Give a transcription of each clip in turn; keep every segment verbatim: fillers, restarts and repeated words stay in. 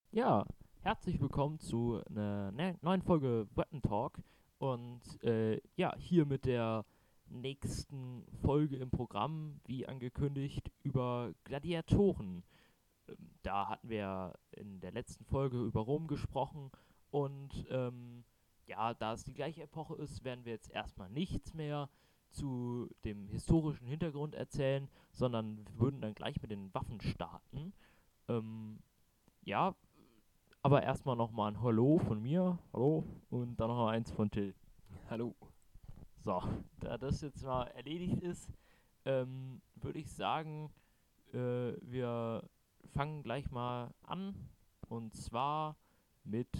Ja, herzlich willkommen zu einer ne neuen Folge Weapon Talk. Und äh, ja, hier mit der nächsten Folge im Programm, wie angekündigt, über Gladiatoren. Ähm, da hatten wir in der letzten Folge über Rom gesprochen. Und ähm, ja, da es die gleiche Epoche ist, werden wir jetzt erstmal nichts mehr zu dem historischen Hintergrund erzählen, sondern wir würden dann gleich mit den Waffen starten. Ähm, ja, aber erstmal nochmal ein Hallo von mir. Hallo. Und dann noch eins von Till. Hallo. So, da das jetzt mal erledigt ist, ähm, würde ich sagen, äh, wir fangen gleich mal an. Und zwar mit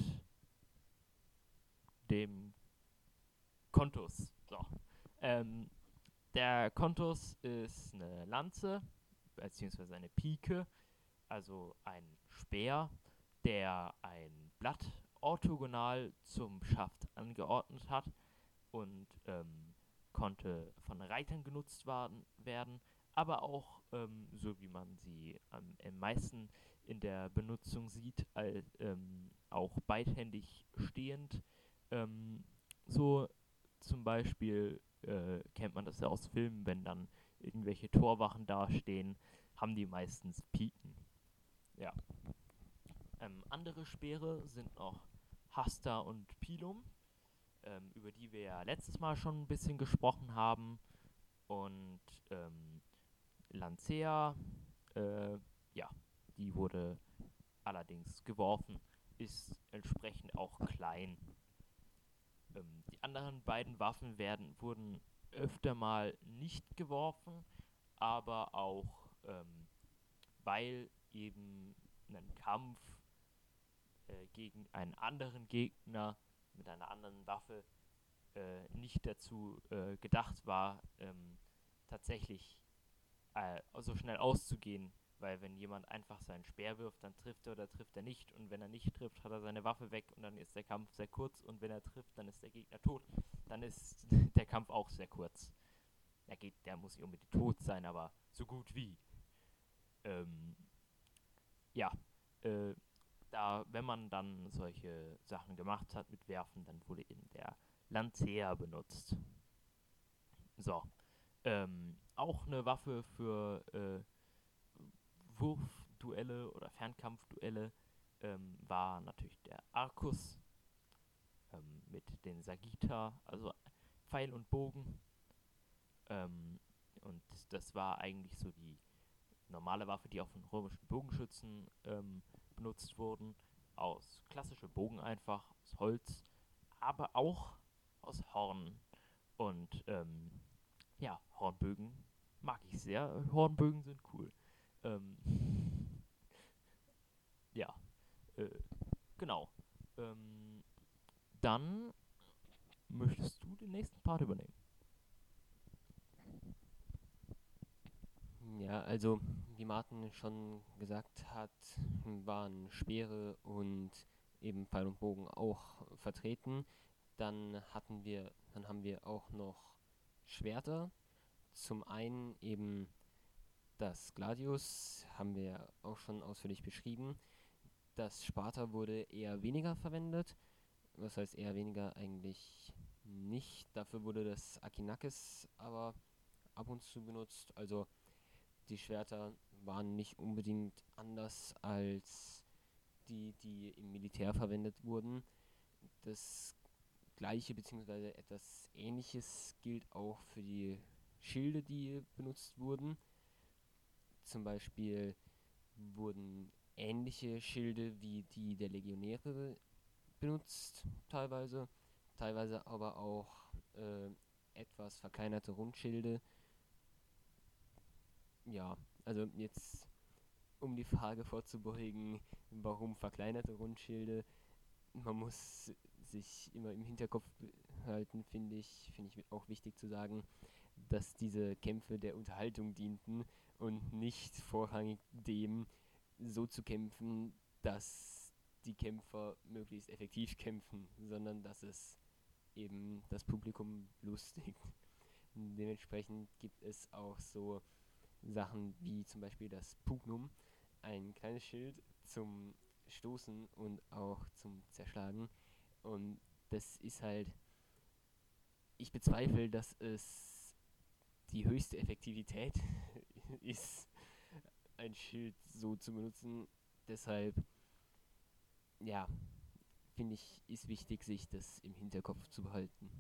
dem Kontus. So. Ähm, der Kontus ist eine Lanze, beziehungsweise eine Pike, also ein Speer, der ein Blatt orthogonal zum Schaft angeordnet hat und ähm, konnte von Reitern genutzt waren, werden, aber auch, ähm, so wie man sie am, am meisten in der Benutzung sieht, als, ähm, auch beidhändig stehend. Ähm, so zum Beispiel äh, kennt man das ja aus Filmen, wenn dann irgendwelche Torwachen dastehen, haben die meistens Piken. Ja. Ähm, andere Speere sind noch Hasta und Pilum, ähm, über die wir ja letztes Mal schon ein bisschen gesprochen haben. Und ähm, Lancea, äh, ja, die wurde allerdings geworfen, ist entsprechend auch klein. Ähm, die anderen beiden Waffen werden, wurden öfter mal nicht geworfen, aber auch ähm, weil eben ein Kampf äh, gegen einen anderen Gegner mit einer anderen Waffe äh, nicht dazu äh, gedacht war, ähm, tatsächlich äh, so schnell auszugehen. Weil wenn jemand einfach seinen Speer wirft, dann trifft er oder trifft er nicht. Und wenn er nicht trifft, hat er seine Waffe weg und dann ist der Kampf sehr kurz. Und wenn er trifft, dann ist der Gegner tot. Dann ist der Kampf auch sehr kurz. Er geht, der muss nicht unbedingt tot sein, aber so gut wie. Ähm, ja, äh, da, wenn man dann solche Sachen gemacht hat mit Werfen, dann wurde eben der Lancea benutzt. So, ähm, auch eine Waffe für äh, Wurfduelle oder Fernkampfduelle ähm, war natürlich der Arcus ähm, mit den Sagitta, also Pfeil und Bogen. Ähm, und das war eigentlich so die normale Waffe, die auch von römischen Bogenschützen ähm, benutzt wurden. Aus klassischem Bogen einfach, aus Holz, aber auch aus Horn. Und ähm, ja, Hornbögen mag ich sehr. Hornbögen sind cool. Ähm, ja, äh, genau. Ähm, dann möchtest du den nächsten Part übernehmen. Ja, also wie Martin schon gesagt hat, waren Speere und eben Pfeil und Bogen auch vertreten. Dann hatten wir, dann haben wir auch noch Schwerter. Zum einen eben das Gladius, haben wir auch schon ausführlich beschrieben. Das Sparta wurde eher weniger verwendet. Was heißt eher weniger? Eigentlich nicht. Dafür wurde das Akinakis aber ab und zu benutzt. Also die Schwerter waren nicht unbedingt anders als die, die im Militär verwendet wurden. Das gleiche bzw. etwas ähnliches gilt auch für die Schilde, die benutzt wurden. Zum Beispiel wurden ähnliche Schilde wie die der Legionäre benutzt, teilweise. Teilweise aber auch äh, etwas verkleinerte Rundschilde. Ja, also jetzt um die Frage vorzubeugen, warum verkleinerte Rundschilde. Man muss sich immer im Hinterkopf halten, finde ich, finde ich auch wichtig zu sagen, dass diese Kämpfe der Unterhaltung dienten und nicht vorrangig dem, so zu kämpfen, dass die Kämpfer möglichst effektiv kämpfen, sondern dass es eben das Publikum lustigt. Dementsprechend gibt es auch so Sachen wie zum Beispiel das Pugnum, ein kleines Schild zum Stoßen und auch zum Zerschlagen. Und das ist halt, ich bezweifle, dass es die höchste Effektivität ist, ein Schild so zu benutzen. Deshalb, ja, finde ich, ist wichtig, sich das im Hinterkopf zu behalten.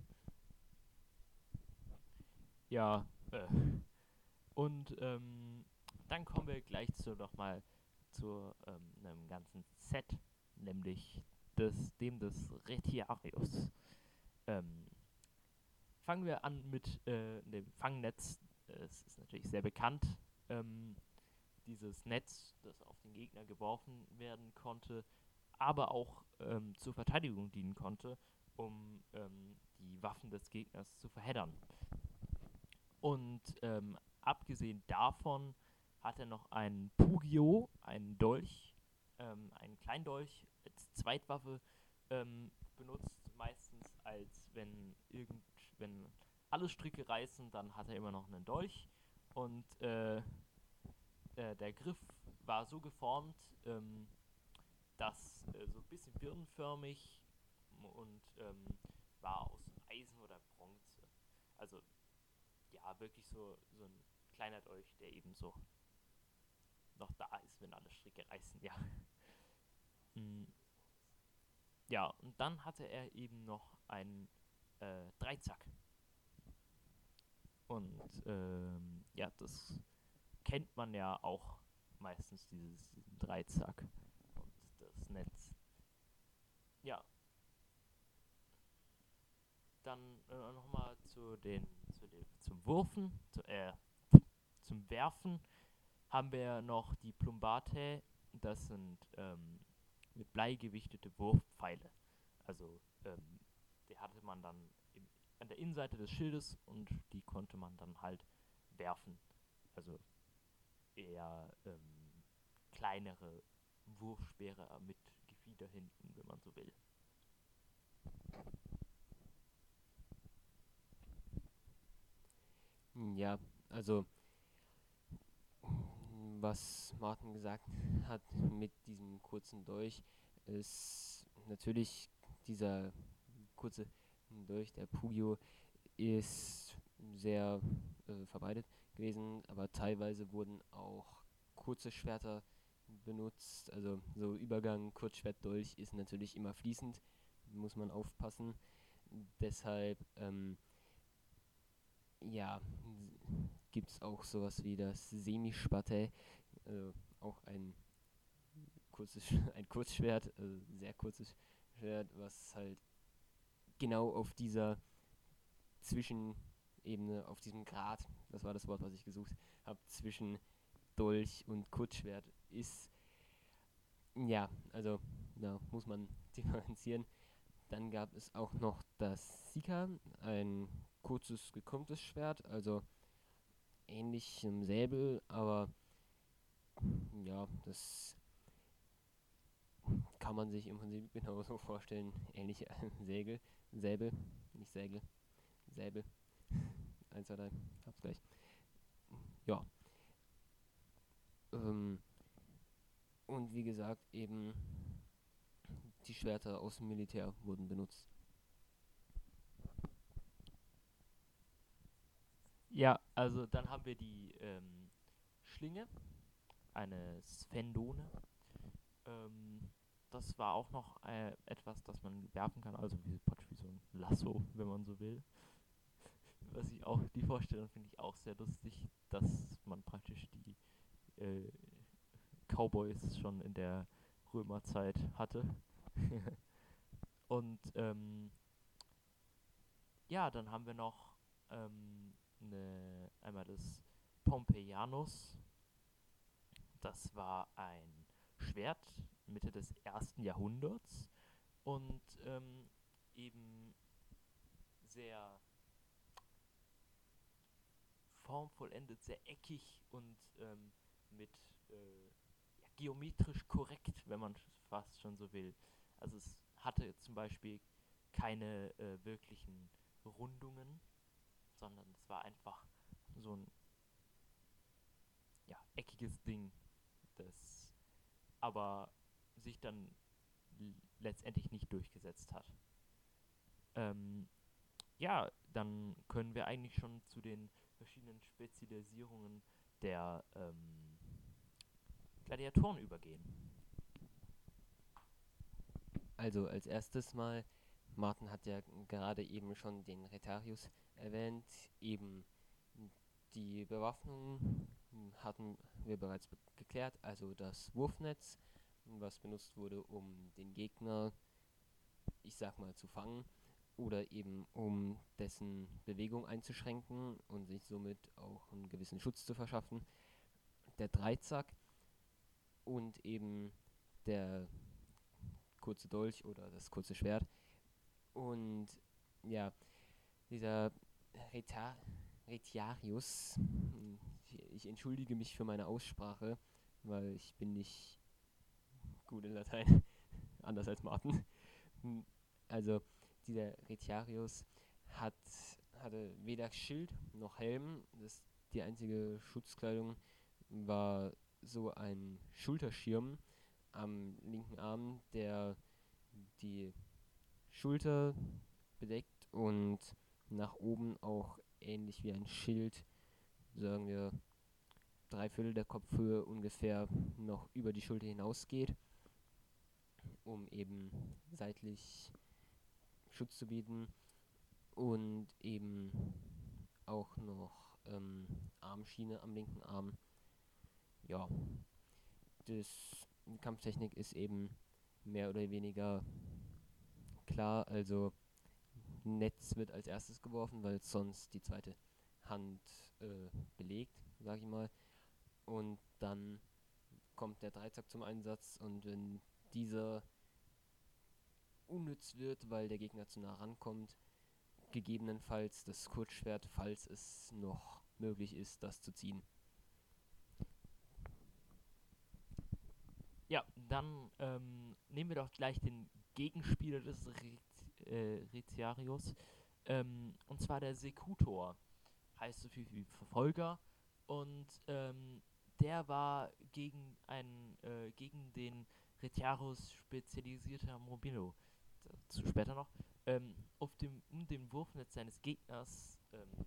Ja, äh, und ähm, dann kommen wir gleich zu nochmal zu ähm, einem ganzen Set, nämlich des, dem des Retiarius. Ähm, fangen wir an mit äh, dem Fangnetz. Es ist natürlich sehr bekannt. Ähm, dieses Netz, das auf den Gegner geworfen werden konnte, aber auch ähm, zur Verteidigung dienen konnte, um ähm, die Waffen des Gegners zu verheddern. Und ähm, abgesehen davon hat er noch einen Pugio, einen Dolch, ähm, einen Kleindolch als Zweitwaffe ähm, benutzt, meistens als wenn irgend, wenn alle Stricke reißen, dann hat er immer noch einen Dolch. Und äh, äh, der Griff war so geformt, ähm, dass äh, so ein bisschen birnenförmig und ähm, war aus Eisen oder Bronze. Also ja, wirklich so, so ein kleiner Dolch, der eben so noch da ist, wenn alle Stricke reißen, ja. Mm, ja, und dann hatte er eben noch einen äh, Dreizack. Und ähm, ja, das kennt man ja auch meistens, dieses, diesen Dreizack und das Netz. Ja, dann äh, nochmal zu den, zu den, zum Wurfen, zu, äh, zum Werfen haben wir noch die Plumbate. Das sind ähm, mit Blei gewichtete Wurfpfeile. Also ähm, die hatte man dann im, an der Innenseite des Schildes und die konnte man dann halt werfen. Also eher ähm, kleinere Wurfspeere mit Gefieder hinten, wenn man so will. Ja, also was Martin gesagt hat mit diesem kurzen Dolch, ist natürlich dieser kurze Dolch, der Pugio, ist sehr äh, verbreitet gewesen, aber teilweise wurden auch kurze Schwerter benutzt. Also so Übergang Kurzschwert-Dolch ist natürlich immer fließend, muss man aufpassen. Deshalb, ähm, ja, gibt es auch sowas wie das Semispatte, also auch ein kurzes, ein Kurzschwert, also sehr kurzes Schwert, was halt genau auf dieser Zwischenebene, auf diesem Grat, das war das Wort, was ich gesucht habe, zwischen Dolch und Kurzschwert ist. Ja, also da muss man differenzieren. Dann gab es auch noch das Sika, ein kurzes gekrümmtes Schwert, also ähnlich einem Säbel, aber ja, das kann man sich im Prinzip genauso vorstellen, ähnlich einem Sägel, Säbel, nicht Sägel, Säbel. eins, zwei, drei, hab's gleich. Ja. Ähm, und wie gesagt, eben die Schwerter aus dem Militär wurden benutzt. Ja, also dann haben wir die ähm, Schlinge, eine Sphendone. Ähm, das war auch noch äh, etwas, das man werfen kann, also wie, wie so ein Lasso, wenn man so will. Was ich auch, die Vorstellung finde ich auch sehr lustig, dass man praktisch die äh, Cowboys schon in der Römerzeit hatte. Und ähm, ja, dann haben wir noch ähm, ne, einmal das Pompeianus. Das war ein Schwert Mitte des ersten Jahrhunderts und ähm, eben sehr formvollendet, sehr eckig und ähm, mit äh, ja, geometrisch korrekt, wenn man fast schon so will. Also es hatte zum Beispiel keine äh, wirklichen Rundungen, sondern es war einfach so ein ja, eckiges Ding, das aber sich dann l- letztendlich nicht durchgesetzt hat. Ähm, ja, dann können wir eigentlich schon zu den verschiedenen Spezialisierungen der ähm, Gladiatoren übergehen. Also als erstes mal, Martin hat ja gerade eben schon den Retarius erwähnt, eben die Bewaffnung hm, hatten wir bereits be geklärt, also das Wurfnetz, was benutzt wurde, um den Gegner, ich sag mal, zu fangen oder eben um dessen Bewegung einzuschränken und sich somit auch einen gewissen Schutz zu verschaffen. Der Dreizack und eben der kurze Dolch oder das kurze Schwert. Und ja, dieser Reta Retiarius, hm, ich, ich entschuldige mich für meine Aussprache, weil ich bin nicht gut in Latein, anders als Martin. Hm, Also dieser Retiarius hat, hatte weder Schild noch Helm. Das, die einzige Schutzkleidung war so ein Schulterschirm am linken Arm, der die Schulter bedeckt und nach oben auch ähnlich wie ein Schild, sagen wir drei Viertel der Kopfhöhe ungefähr noch über die Schulter hinausgeht, um eben seitlich Schutz zu bieten und eben auch noch ähm, Armschiene am linken Arm. Ja, das, die Kampftechnik ist eben mehr oder weniger klar, also Netz wird als erstes geworfen, weil sonst die zweite Hand äh, belegt, sag ich mal. Und dann kommt der Dreizack zum Einsatz und wenn dieser unnütz wird, weil der Gegner zu nah rankommt, gegebenenfalls das Kurzschwert, falls es noch möglich ist, das zu ziehen. Ja, dann ähm, nehmen wir doch gleich den Gegenspieler des Ret äh, Retiarius. Ähm, und zwar der Sekutor. Heißt so viel wie Verfolger. Und ähm, der war gegen einen, äh, gegen den Retiarius spezialisierter Mobilo. Dazu später noch. Ähm, auf dem, um den Wurfnetz seines Gegners ähm,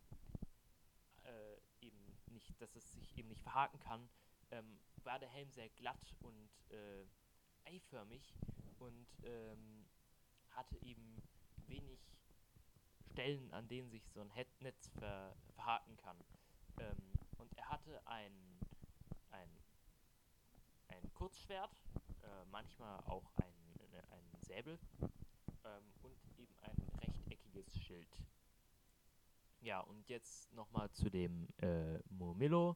äh, eben nicht, dass es sich eben nicht verhaken kann, ähm, war der Helm sehr glatt und äh, eiförmig und ähm, hatte eben wenig Stellen, an denen sich so ein Headnetz ver verhaken kann. Ähm, und er hatte ein, ein, ein Kurzschwert, äh, manchmal auch ein, ne, ein Säbel ähm, und eben ein rechteckiges Schild. Ja, und jetzt nochmal zu dem äh, Murmillo.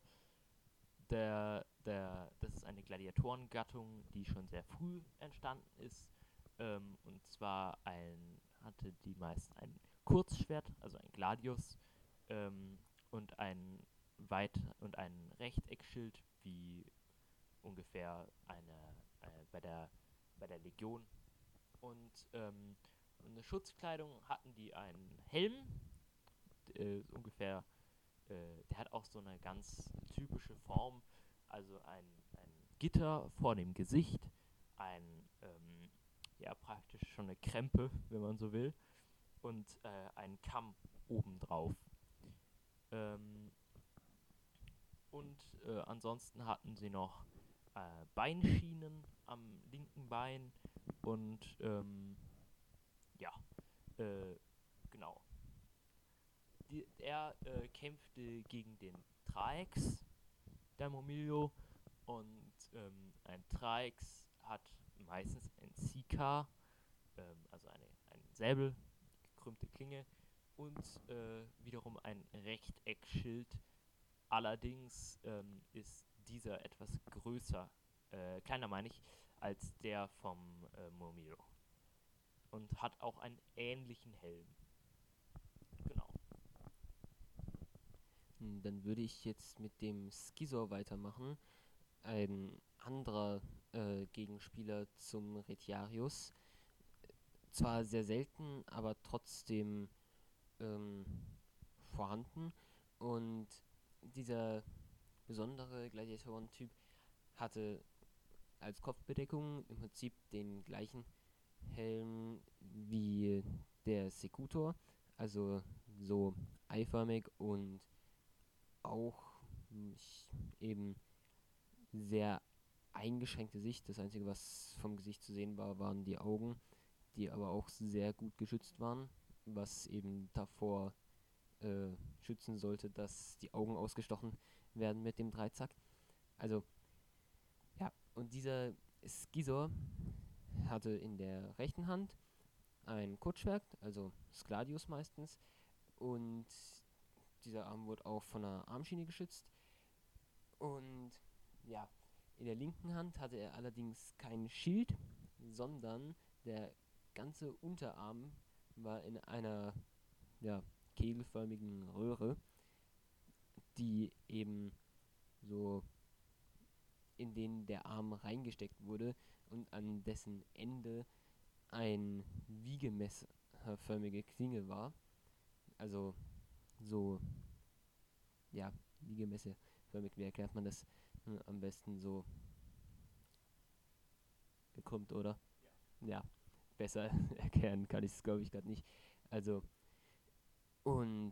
Der, der, das ist eine Gladiatorengattung, die schon sehr früh entstanden ist. Ähm, und zwar ein, hatte die meisten ein Kurzschwert, also ein Gladius, ähm, und ein weit und ein Rechteckschild, wie ungefähr eine, äh, bei der bei der Legion. Und ähm, eine Schutzkleidung hatten die einen Helm, äh, ungefähr äh, der hat auch so eine ganz typische Form, also ein, ein Gitter vor dem Gesicht, ein, ähm, ja, praktisch schon eine Krempe, wenn man so will, und äh, ein Kamm obendrauf. Ähm, und äh, ansonsten hatten sie noch äh, Beinschienen am linken Bein und ähm, ja, äh, genau. Die, er äh, kämpfte gegen den Traex, der Momilio. Und ähm, ein Traix hat meistens ein Sika, ähm, also eine, ein Säbel, gekrümmte Klinge, und äh, wiederum ein Rechteckschild. Allerdings ähm, ist dieser etwas größer, äh, kleiner meine ich, als der vom äh, Momilo. Und hat auch einen ähnlichen Helm. Genau. Hm, Dann würde ich jetzt mit dem Skizor weitermachen. Ein anderer äh, Gegenspieler zum Retiarius. Zwar sehr selten, aber trotzdem ähm, vorhanden. Und dieser besondere Gladiatorentyp hatte als Kopfbedeckung im Prinzip den gleichen Helm wie der Secutor, also so eiförmig und auch hm, eben sehr eingeschränkte Sicht. Das Einzige, was vom Gesicht zu sehen war, waren die Augen, die aber auch sehr gut geschützt waren, was eben davor äh, schützen sollte, dass die Augen ausgestochen werden mit dem Dreizack. Also, ja, und dieser Skizor hatte in der rechten Hand ein Kurzschwert, also Skladius meistens, und dieser Arm wurde auch von einer Armschiene geschützt. Und ja, in der linken Hand hatte er allerdings kein Schild, sondern der ganze Unterarm war in einer ja, kegelförmigen Röhre, die eben so in den der Arm reingesteckt wurde und an dessen Ende ein wiegemesserförmige Klinge war. Also so, ja, wiegemesserförmig, wie erklärt man das? Hm, am besten so gekrümmt, oder? Ja, besser erklären kann ich es, glaube ich, gerade nicht. Also, und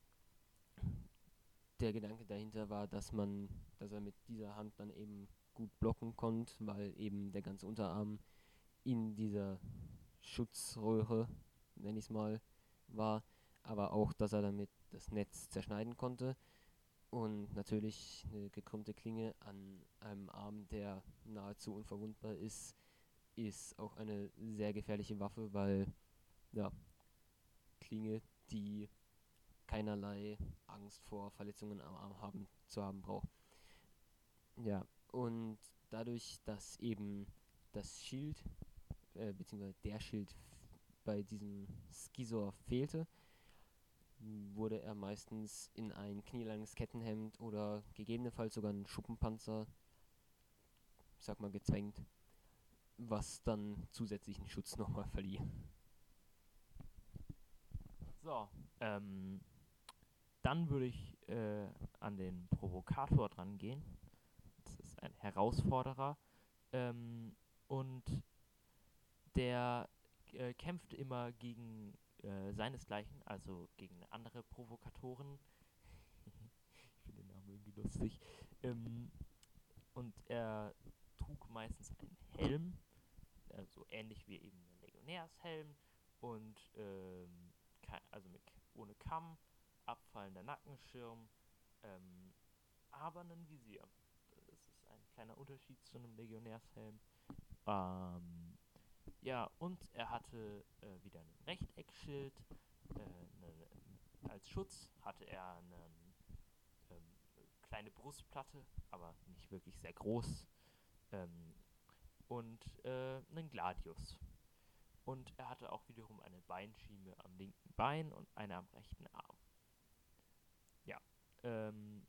der Gedanke dahinter war, dass man, dass er mit dieser Hand dann eben gut blocken konnte, weil eben der ganze Unterarm in dieser Schutzröhre, nenne ich es mal, war, aber auch, dass er damit das Netz zerschneiden konnte. Und natürlich eine gekrümmte Klinge an einem Arm, der nahezu unverwundbar ist, ist auch eine sehr gefährliche Waffe, weil, ja, Klinge, die keinerlei Angst vor Verletzungen am Arm haben, zu haben braucht. Ja, und dadurch, dass eben das Schild, äh, beziehungsweise der Schild bei diesem Skizor fehlte, wurde er meistens in ein knielanges Kettenhemd oder gegebenenfalls sogar einen Schuppenpanzer, ich sag mal, gezwängt, was dann zusätzlichen Schutz nochmal verlieh. So, ähm, dann würde ich äh, an den Provokator dran gehen. Das ist ein Herausforderer. Ähm, und der äh, kämpft immer gegen äh, seinesgleichen, also gegen andere Provokatoren. Ich finde den Namen irgendwie lustig. Ähm, und er trug meistens einen Helm, äh, so ähnlich wie eben ein Legionärshelm und ähm, kei- also mit, ohne Kamm, abfallender Nackenschirm, ähm, aber ein Visier. Das ist ein kleiner Unterschied zu einem Legionärshelm. Ähm, ja, und er hatte äh, wieder ein Rechteckschild. Äh, ne, als Schutz hatte er eine ähm, kleine Brustplatte, aber nicht wirklich sehr groß. Ähm, und äh, einen Gladius. Und er hatte auch wiederum eine Beinschiene am linken Bein und eine am rechten Arm. Ja. Ähm,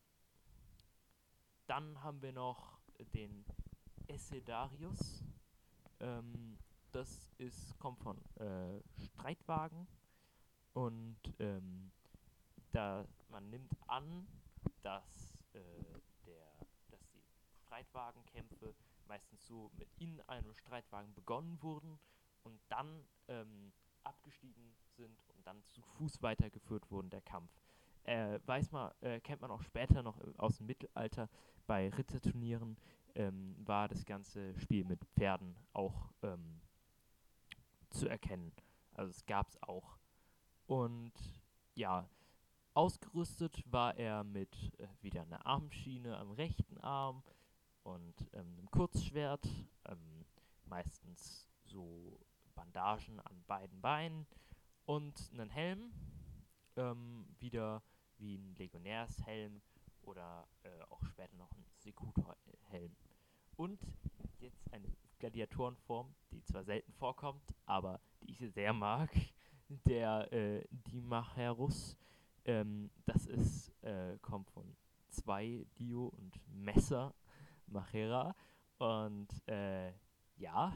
dann haben wir noch den Essedarius. Ähm, das ist, kommt von äh, Streitwagen und ähm, da man nimmt an, dass, äh, der, dass die Streitwagenkämpfe meistens so mit in einem Streitwagen begonnen wurden und dann ähm, abgestiegen sind und dann zu Fuß weitergeführt wurden, der Kampf. Äh, weiß man, äh, kennt man auch später noch aus dem Mittelalter bei Ritterturnieren, ähm, war das ganze Spiel mit Pferden auch ähm, zu erkennen. Also es gab es auch. Und ja, ausgerüstet war er mit äh, wieder einer Armschiene am rechten Arm und ähm, einem Kurzschwert, ähm, meistens so Bandagen an beiden Beinen und einen Helm, ähm, wieder wie ein Legionärshelm oder äh, auch später noch ein Sekutor-Helm. Und jetzt eine Gladiatorenform, die zwar selten vorkommt, aber die ich sehr mag, der äh, Dimacherus. Ähm, das ist, äh, kommt von zwei Dio und Messer, Machera. Und äh, ja,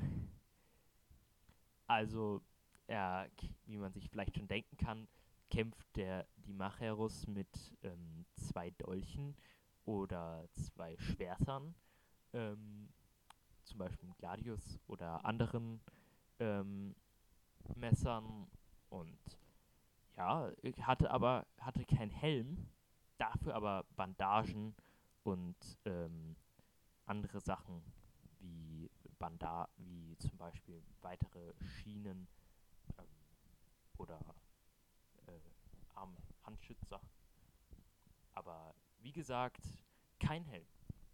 also er, wie man sich vielleicht schon denken kann, kämpft der Dimacherus mit ähm, zwei Dolchen oder zwei Schwertern. Ähm, zum Beispiel mit Gladius oder anderen ähm, Messern. Und ja, ich hatte aber hatte keinen Helm, dafür aber Bandagen und ähm, andere Sachen wie Banda wie zum Beispiel weitere Schienen ähm, oder äh, Armhandschützer. Aber wie gesagt, kein Helm.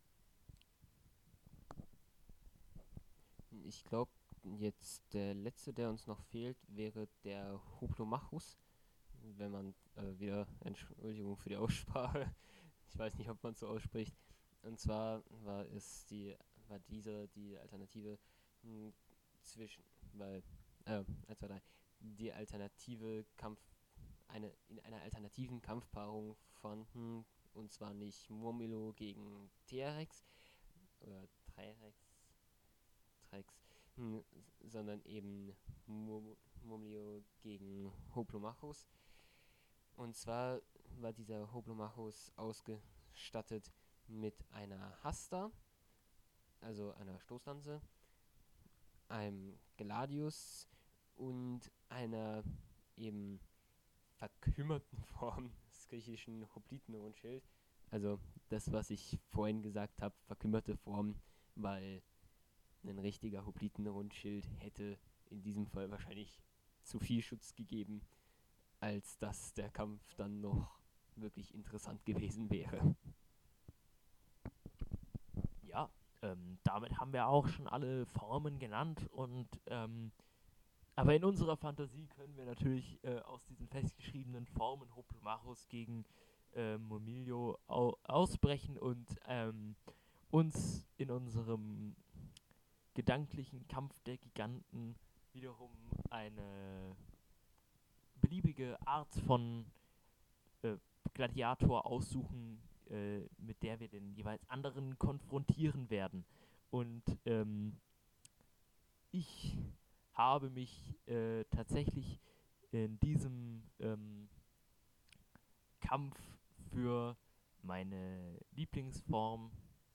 Ich glaube, jetzt der letzte, der uns noch fehlt, wäre der Hoplomachus. Wenn man äh, wieder, Entschuldigung für die Aussprache, ich weiß nicht, ob man es so ausspricht. Und zwar war es die, war dieser die Alternative mh, zwischen, weil, äh, eins, zwei, drei, die alternative Kampf, eine, in einer alternativen Kampfpaarung fanden, und zwar nicht Murmilo gegen T-Rex oder Trirex, Trirex, hm, sondern eben Mur Murmillo gegen Hoplomachus. Und zwar war dieser Hoplomachus ausgestattet mit einer Hasta, also einer Stoßlanze, einem Gladius und einer eben verkümmerten Form des griechischen Hoplitenrundschild. Also das, was ich vorhin gesagt habe, verkümmerte Form, weil ein richtiger Hoplitenrundschild hätte in diesem Fall wahrscheinlich zu viel Schutz gegeben, als dass der Kampf dann noch wirklich interessant gewesen wäre. Ja, ähm, damit haben wir auch schon alle Formen genannt und ähm, aber in unserer Fantasie können wir natürlich äh, aus diesen festgeschriebenen Formen Hoplomachus gegen äh, Murmillo au ausbrechen und ähm, uns in unserem gedanklichen Kampf der Giganten wiederum eine beliebige Art von äh, Gladiator aussuchen, äh, mit der wir den jeweils anderen konfrontieren werden. Und ähm, ich habe mich äh, tatsächlich in diesem ähm, Kampf für meine Lieblingsform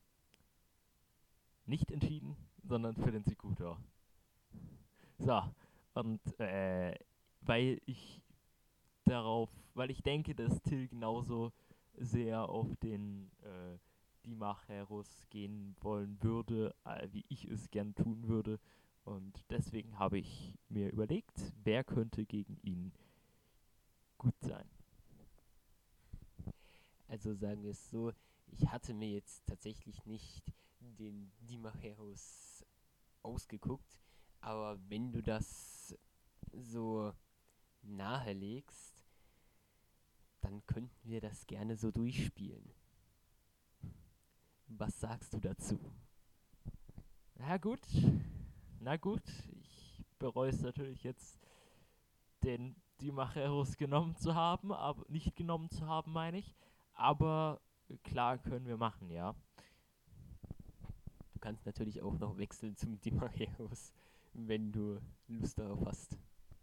nicht entschieden, sondern für den Sekutor. So, und äh, weil ich darauf, weil ich denke, dass Till genauso sehr auf den äh, Dimacheros gehen wollen würde, äh, wie ich es gern tun würde. Und deswegen habe ich mir überlegt, wer könnte gegen ihn gut sein. Also sagen wir es so, ich hatte mir jetzt tatsächlich nicht den Dimacheros ausgeguckt, aber wenn du das so nahelegst, dann könnten wir das gerne so durchspielen. Was sagst du dazu? Na gut, na gut, ich bereue es natürlich jetzt, den Dimacheros genommen zu haben, aber nicht genommen zu haben, meine ich. Aber klar können wir machen, ja. Du kannst natürlich auch noch wechseln zum Dimacheros, wenn du Lust darauf hast.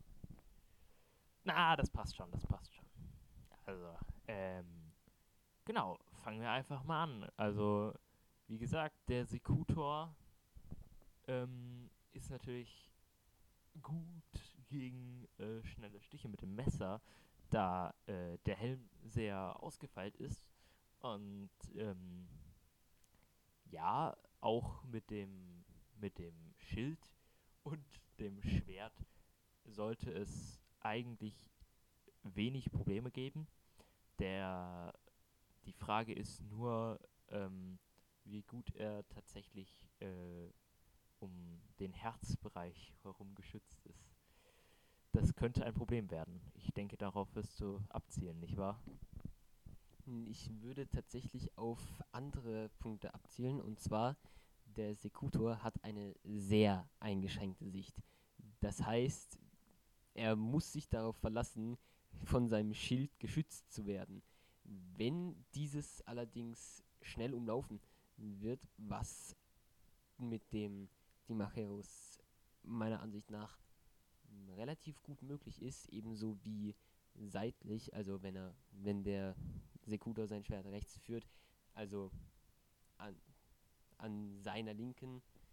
Na, das passt schon, das passt schon. Also, ähm, genau, fangen wir einfach mal an. Also, wie gesagt, der Sekutor ähm, ist natürlich gut gegen äh, schnelle Stiche mit dem Messer, da äh, der Helm sehr ausgefeilt ist und ähm, ja, auch mit dem, mit dem Schild und dem Schwert sollte es eigentlich wenig Probleme geben. Der, die Frage ist nur, ähm, wie gut er tatsächlich äh, um den Herzbereich herum geschützt ist. Das könnte ein Problem werden. Ich denke, darauf wirst du abzielen, nicht wahr? Ich würde tatsächlich auf andere Punkte abzielen, und zwar, der Sekutor hat eine sehr eingeschränkte Sicht. Das heißt, er muss sich darauf verlassen, von seinem Schild geschützt zu werden. Wenn dieses allerdings schnell umlaufen wird, was mit dem Dimacheros meiner Ansicht nach relativ gut möglich ist, ebenso wie seitlich, also wenn er, wenn der Sekutor sein Schwert rechts führt, also an, an seiner linken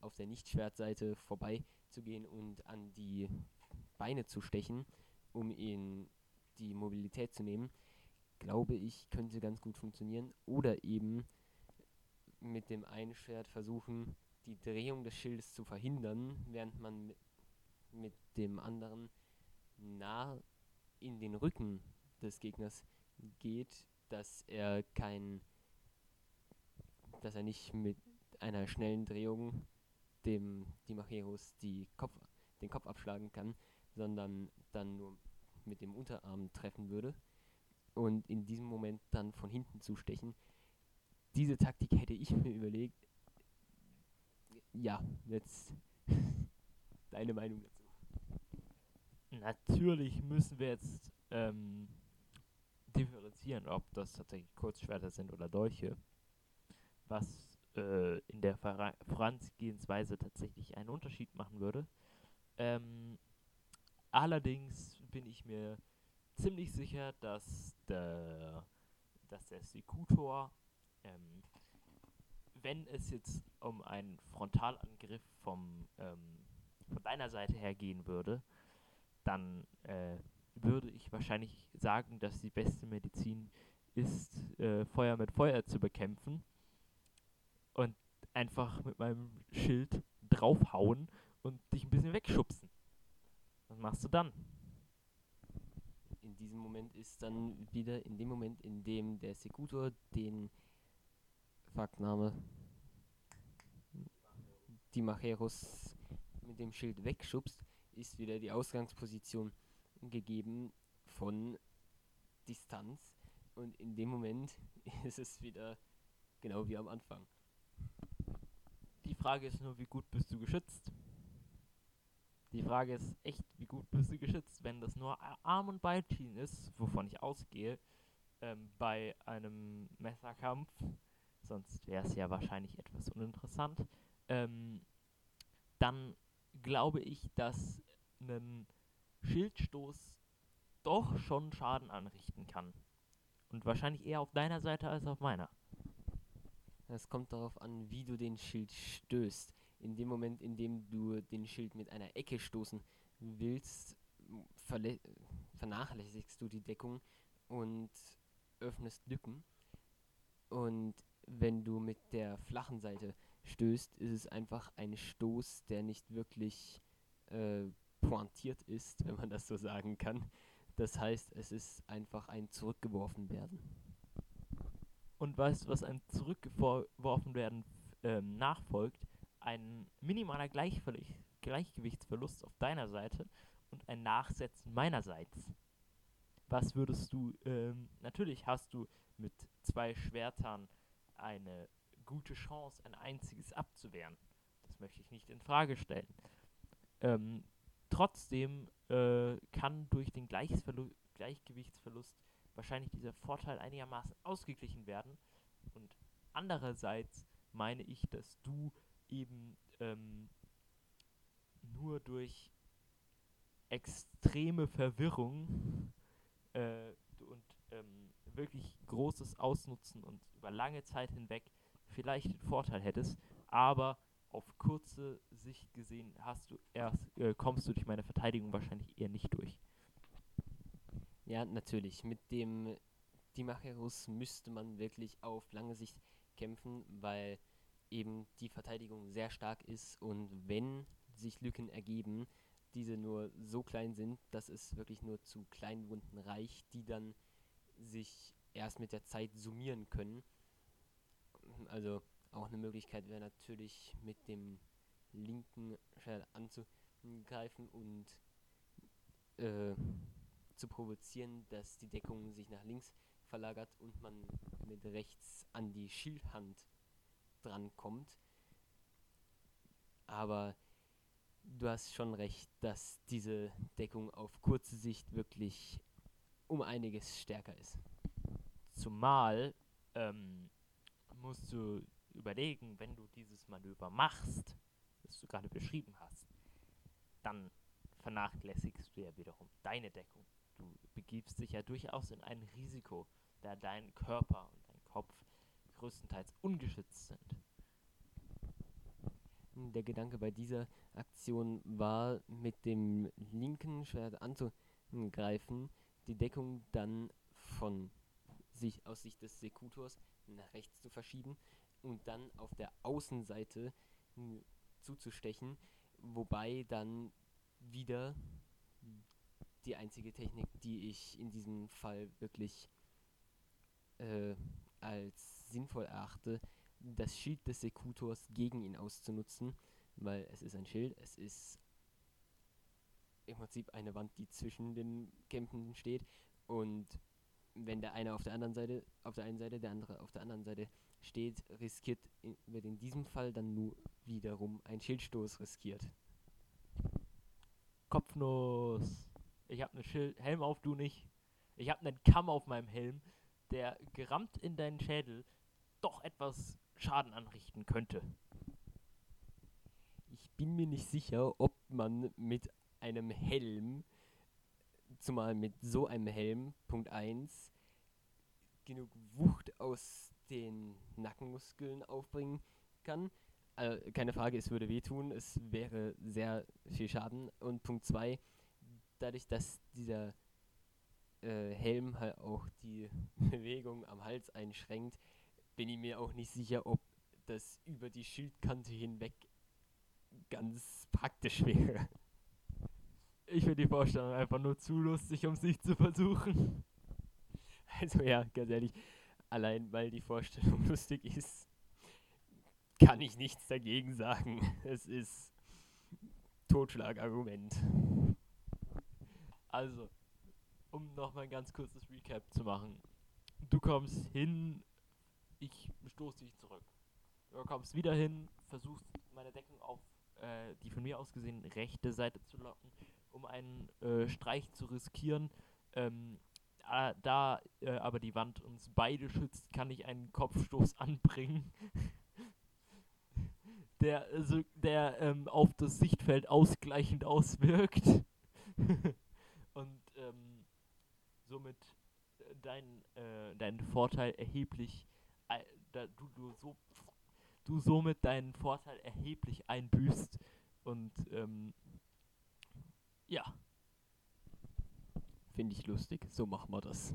auf der Nicht-Schwertseite vorbeizugehen und an die Beine zu stechen, um ihn die Mobilität zu nehmen, glaube ich, könnte ganz gut funktionieren. Oder eben mit dem einen Schwert versuchen, die Drehung des Schildes zu verhindern, während man mit, mit dem anderen nah in den Rücken des Gegners geht, dass er kein, dass er nicht mit einer schnellen Drehung dem Dimacheros die Kopf, den Kopf abschlagen kann, sondern dann nur mit dem Unterarm treffen würde und in diesem Moment dann von hinten zustechen. Diese Taktik hätte ich mir überlegt. Ja, jetzt deine Meinung dazu. Natürlich müssen wir jetzt ähm, differenzieren, ob das tatsächlich Kurzschwerter sind oder Dolche, was äh, in der Ver- Vorangehensweise tatsächlich einen Unterschied machen würde. Ähm, allerdings bin ich mir ziemlich sicher, dass der, dass der Sekutor, ähm, wenn es jetzt um einen Frontalangriff vom, ähm, von deiner Seite her gehen würde, dann äh, würde ich wahrscheinlich sagen, dass die beste Medizin ist, äh, Feuer mit Feuer zu bekämpfen und einfach mit meinem Schild draufhauen und dich ein bisschen wegschubsen. Was machst du dann? In diesem Moment ist dann wieder in dem Moment, in dem der Sekutor den Fuckname Dimacheros mit dem Schild wegschubst, ist wieder die Ausgangsposition gegeben von Distanz und in dem Moment ist es wieder genau wie am Anfang. Die Frage ist nur, wie gut bist du geschützt? Die Frage ist echt, wie gut bist du geschützt, wenn das nur Arm- und Beinschienen ist, wovon ich ausgehe, ähm, bei einem Messerkampf, sonst wäre es ja wahrscheinlich etwas uninteressant, ähm, dann glaube ich, dass ein Schildstoß doch schon Schaden anrichten kann. Und wahrscheinlich eher auf deiner Seite als auf meiner. Es kommt darauf an, wie du den Schild stößt. In dem Moment, in dem du den Schild mit einer Ecke stoßen willst, verlä- vernachlässigst du die Deckung und öffnest Lücken. Und wenn du mit der flachen Seite stößt, ist es einfach ein Stoß, der nicht wirklich äh, pointiert ist, wenn man das so sagen kann. Das heißt, es ist einfach ein zurückgeworfen werden. Und weißt du, was einem zurückgeworfen werden ähm, nachfolgt? Ein minimaler Gleichverli- Gleichgewichtsverlust auf deiner Seite und ein Nachsetzen meinerseits. Was würdest du, ähm, natürlich hast du mit zwei Schwertern eine gute Chance, ein einziges abzuwehren. Das möchte ich nicht in Frage stellen. Ähm, trotzdem äh, kann durch den Gleichsverlu- Gleichgewichtsverlust wahrscheinlich dieser Vorteil einigermaßen ausgeglichen werden. Und andererseits meine ich, dass du eben ähm, nur durch extreme Verwirrung äh, und ähm, wirklich großes Ausnutzen und über lange Zeit hinweg vielleicht den Vorteil hättest, aber auf kurze Sicht gesehen hast du erst, äh, kommst du durch meine Verteidigung wahrscheinlich eher nicht durch. Ja, natürlich. Mit dem Dimacheros müsste man wirklich auf lange Sicht kämpfen, weil eben die Verteidigung sehr stark ist und wenn sich Lücken ergeben, diese nur so klein sind, dass es wirklich nur zu kleinen Wunden reicht, die dann sich erst mit der Zeit summieren können. Also auch eine Möglichkeit wäre natürlich mit dem linken Schwert anzugreifen und äh, zu provozieren, dass die Deckung sich nach links verlagert und man mit rechts an die Schildhand drankommt. Aber du hast schon recht, dass diese Deckung auf kurze Sicht wirklich um einiges stärker ist. Zumal ähm, musst du überlegen, wenn du dieses Manöver machst, das du gerade beschrieben hast, dann vernachlässigst du ja wiederum deine Deckung. Du begibst dich ja durchaus in ein Risiko, da dein Körper und dein Kopf größtenteils ungeschützt sind. Der Gedanke bei dieser Aktion war, mit dem linken Schwert anzugreifen, die Deckung dann von sich aus Sicht des Sekutors nach rechts zu verschieben und dann auf der Außenseite mh, zuzustechen, wobei dann wieder die einzige Technik, die ich in diesem Fall wirklich äh, als sinnvoll erachte, das Schild des Sekutors gegen ihn auszunutzen, weil es ist ein Schild, es ist im Prinzip eine Wand, die zwischen den Kämpfen steht, und wenn der eine auf der anderen Seite, auf der einen Seite, der andere auf der anderen Seite steht, riskiert in, wird in diesem Fall dann nur wiederum ein Schildstoß riskiert. Kopfnuss. Ich habe einen Schild, Helm auf, du nicht. Ich habe einen Kamm auf meinem Helm, der gerammt in deinen Schädel doch etwas Schaden anrichten könnte. Ich bin mir nicht sicher, ob man mit einem Helm, zumal mit so einem Helm, Punkt eins, genug Wucht aus den Nackenmuskeln aufbringen kann. Also keine Frage, es würde wehtun, es wäre sehr viel Schaden. Und Punkt zwei, dadurch, dass dieser äh, Helm halt auch die Bewegung am Hals einschränkt, bin ich mir auch nicht sicher, ob das über die Schildkante hinweg ganz praktisch wäre. Ich finde die Vorstellung einfach nur zu lustig, um es nicht zu versuchen. Also ja, ganz ehrlich, allein weil die Vorstellung lustig ist, kann ich nichts dagegen sagen. Es ist Totschlagargument. Also, um nochmal ein ganz kurzes Recap zu machen. Du kommst hin, ich stoße dich zurück. Du kommst wieder hin, versuchst meine Deckung auf äh, die von mir aus gesehen rechte Seite zu locken, um einen äh, Streich zu riskieren. Ähm, äh, da äh, aber die Wand uns beide schützt, kann ich einen Kopfstoß anbringen, der, also, der ähm, auf das Sichtfeld ausgleichend auswirkt. Und ähm, somit äh, dein, äh, deinen Vorteil erheblich, äh, da, du, du, so, du somit deinen Vorteil erheblich einbüßt. Und ähm, ja. Finde ich lustig, so machen wir das.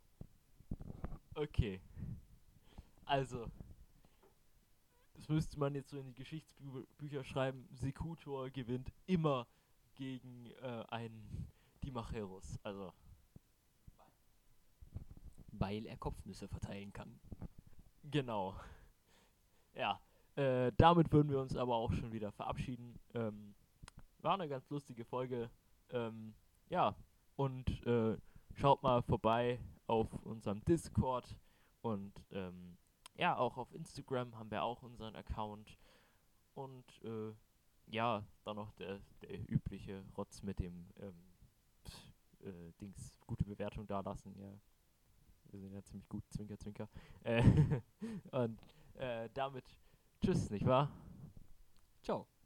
Okay. Also, das müsste man jetzt so in die Geschichtsbücher schreiben. Sekutor gewinnt immer gegen äh, einen Dimacheros. Also. Weil er Kopfnüsse verteilen kann. Genau. Ja. Äh, damit würden wir uns aber auch schon wieder verabschieden. Ähm, war eine ganz lustige Folge. Ähm, ja. Und äh, schaut mal vorbei auf unserem Discord. Und ähm, ja, auch auf Instagram haben wir auch unseren Account. Und äh, ja, dann noch der, der übliche Rotz mit dem ähm, pf, äh, Dings, gute Bewertung da lassen. Ja, wir sind ja ziemlich gut, Zwinker, Zwinker. Äh, und äh, damit tschüss, nicht wahr? Ciao.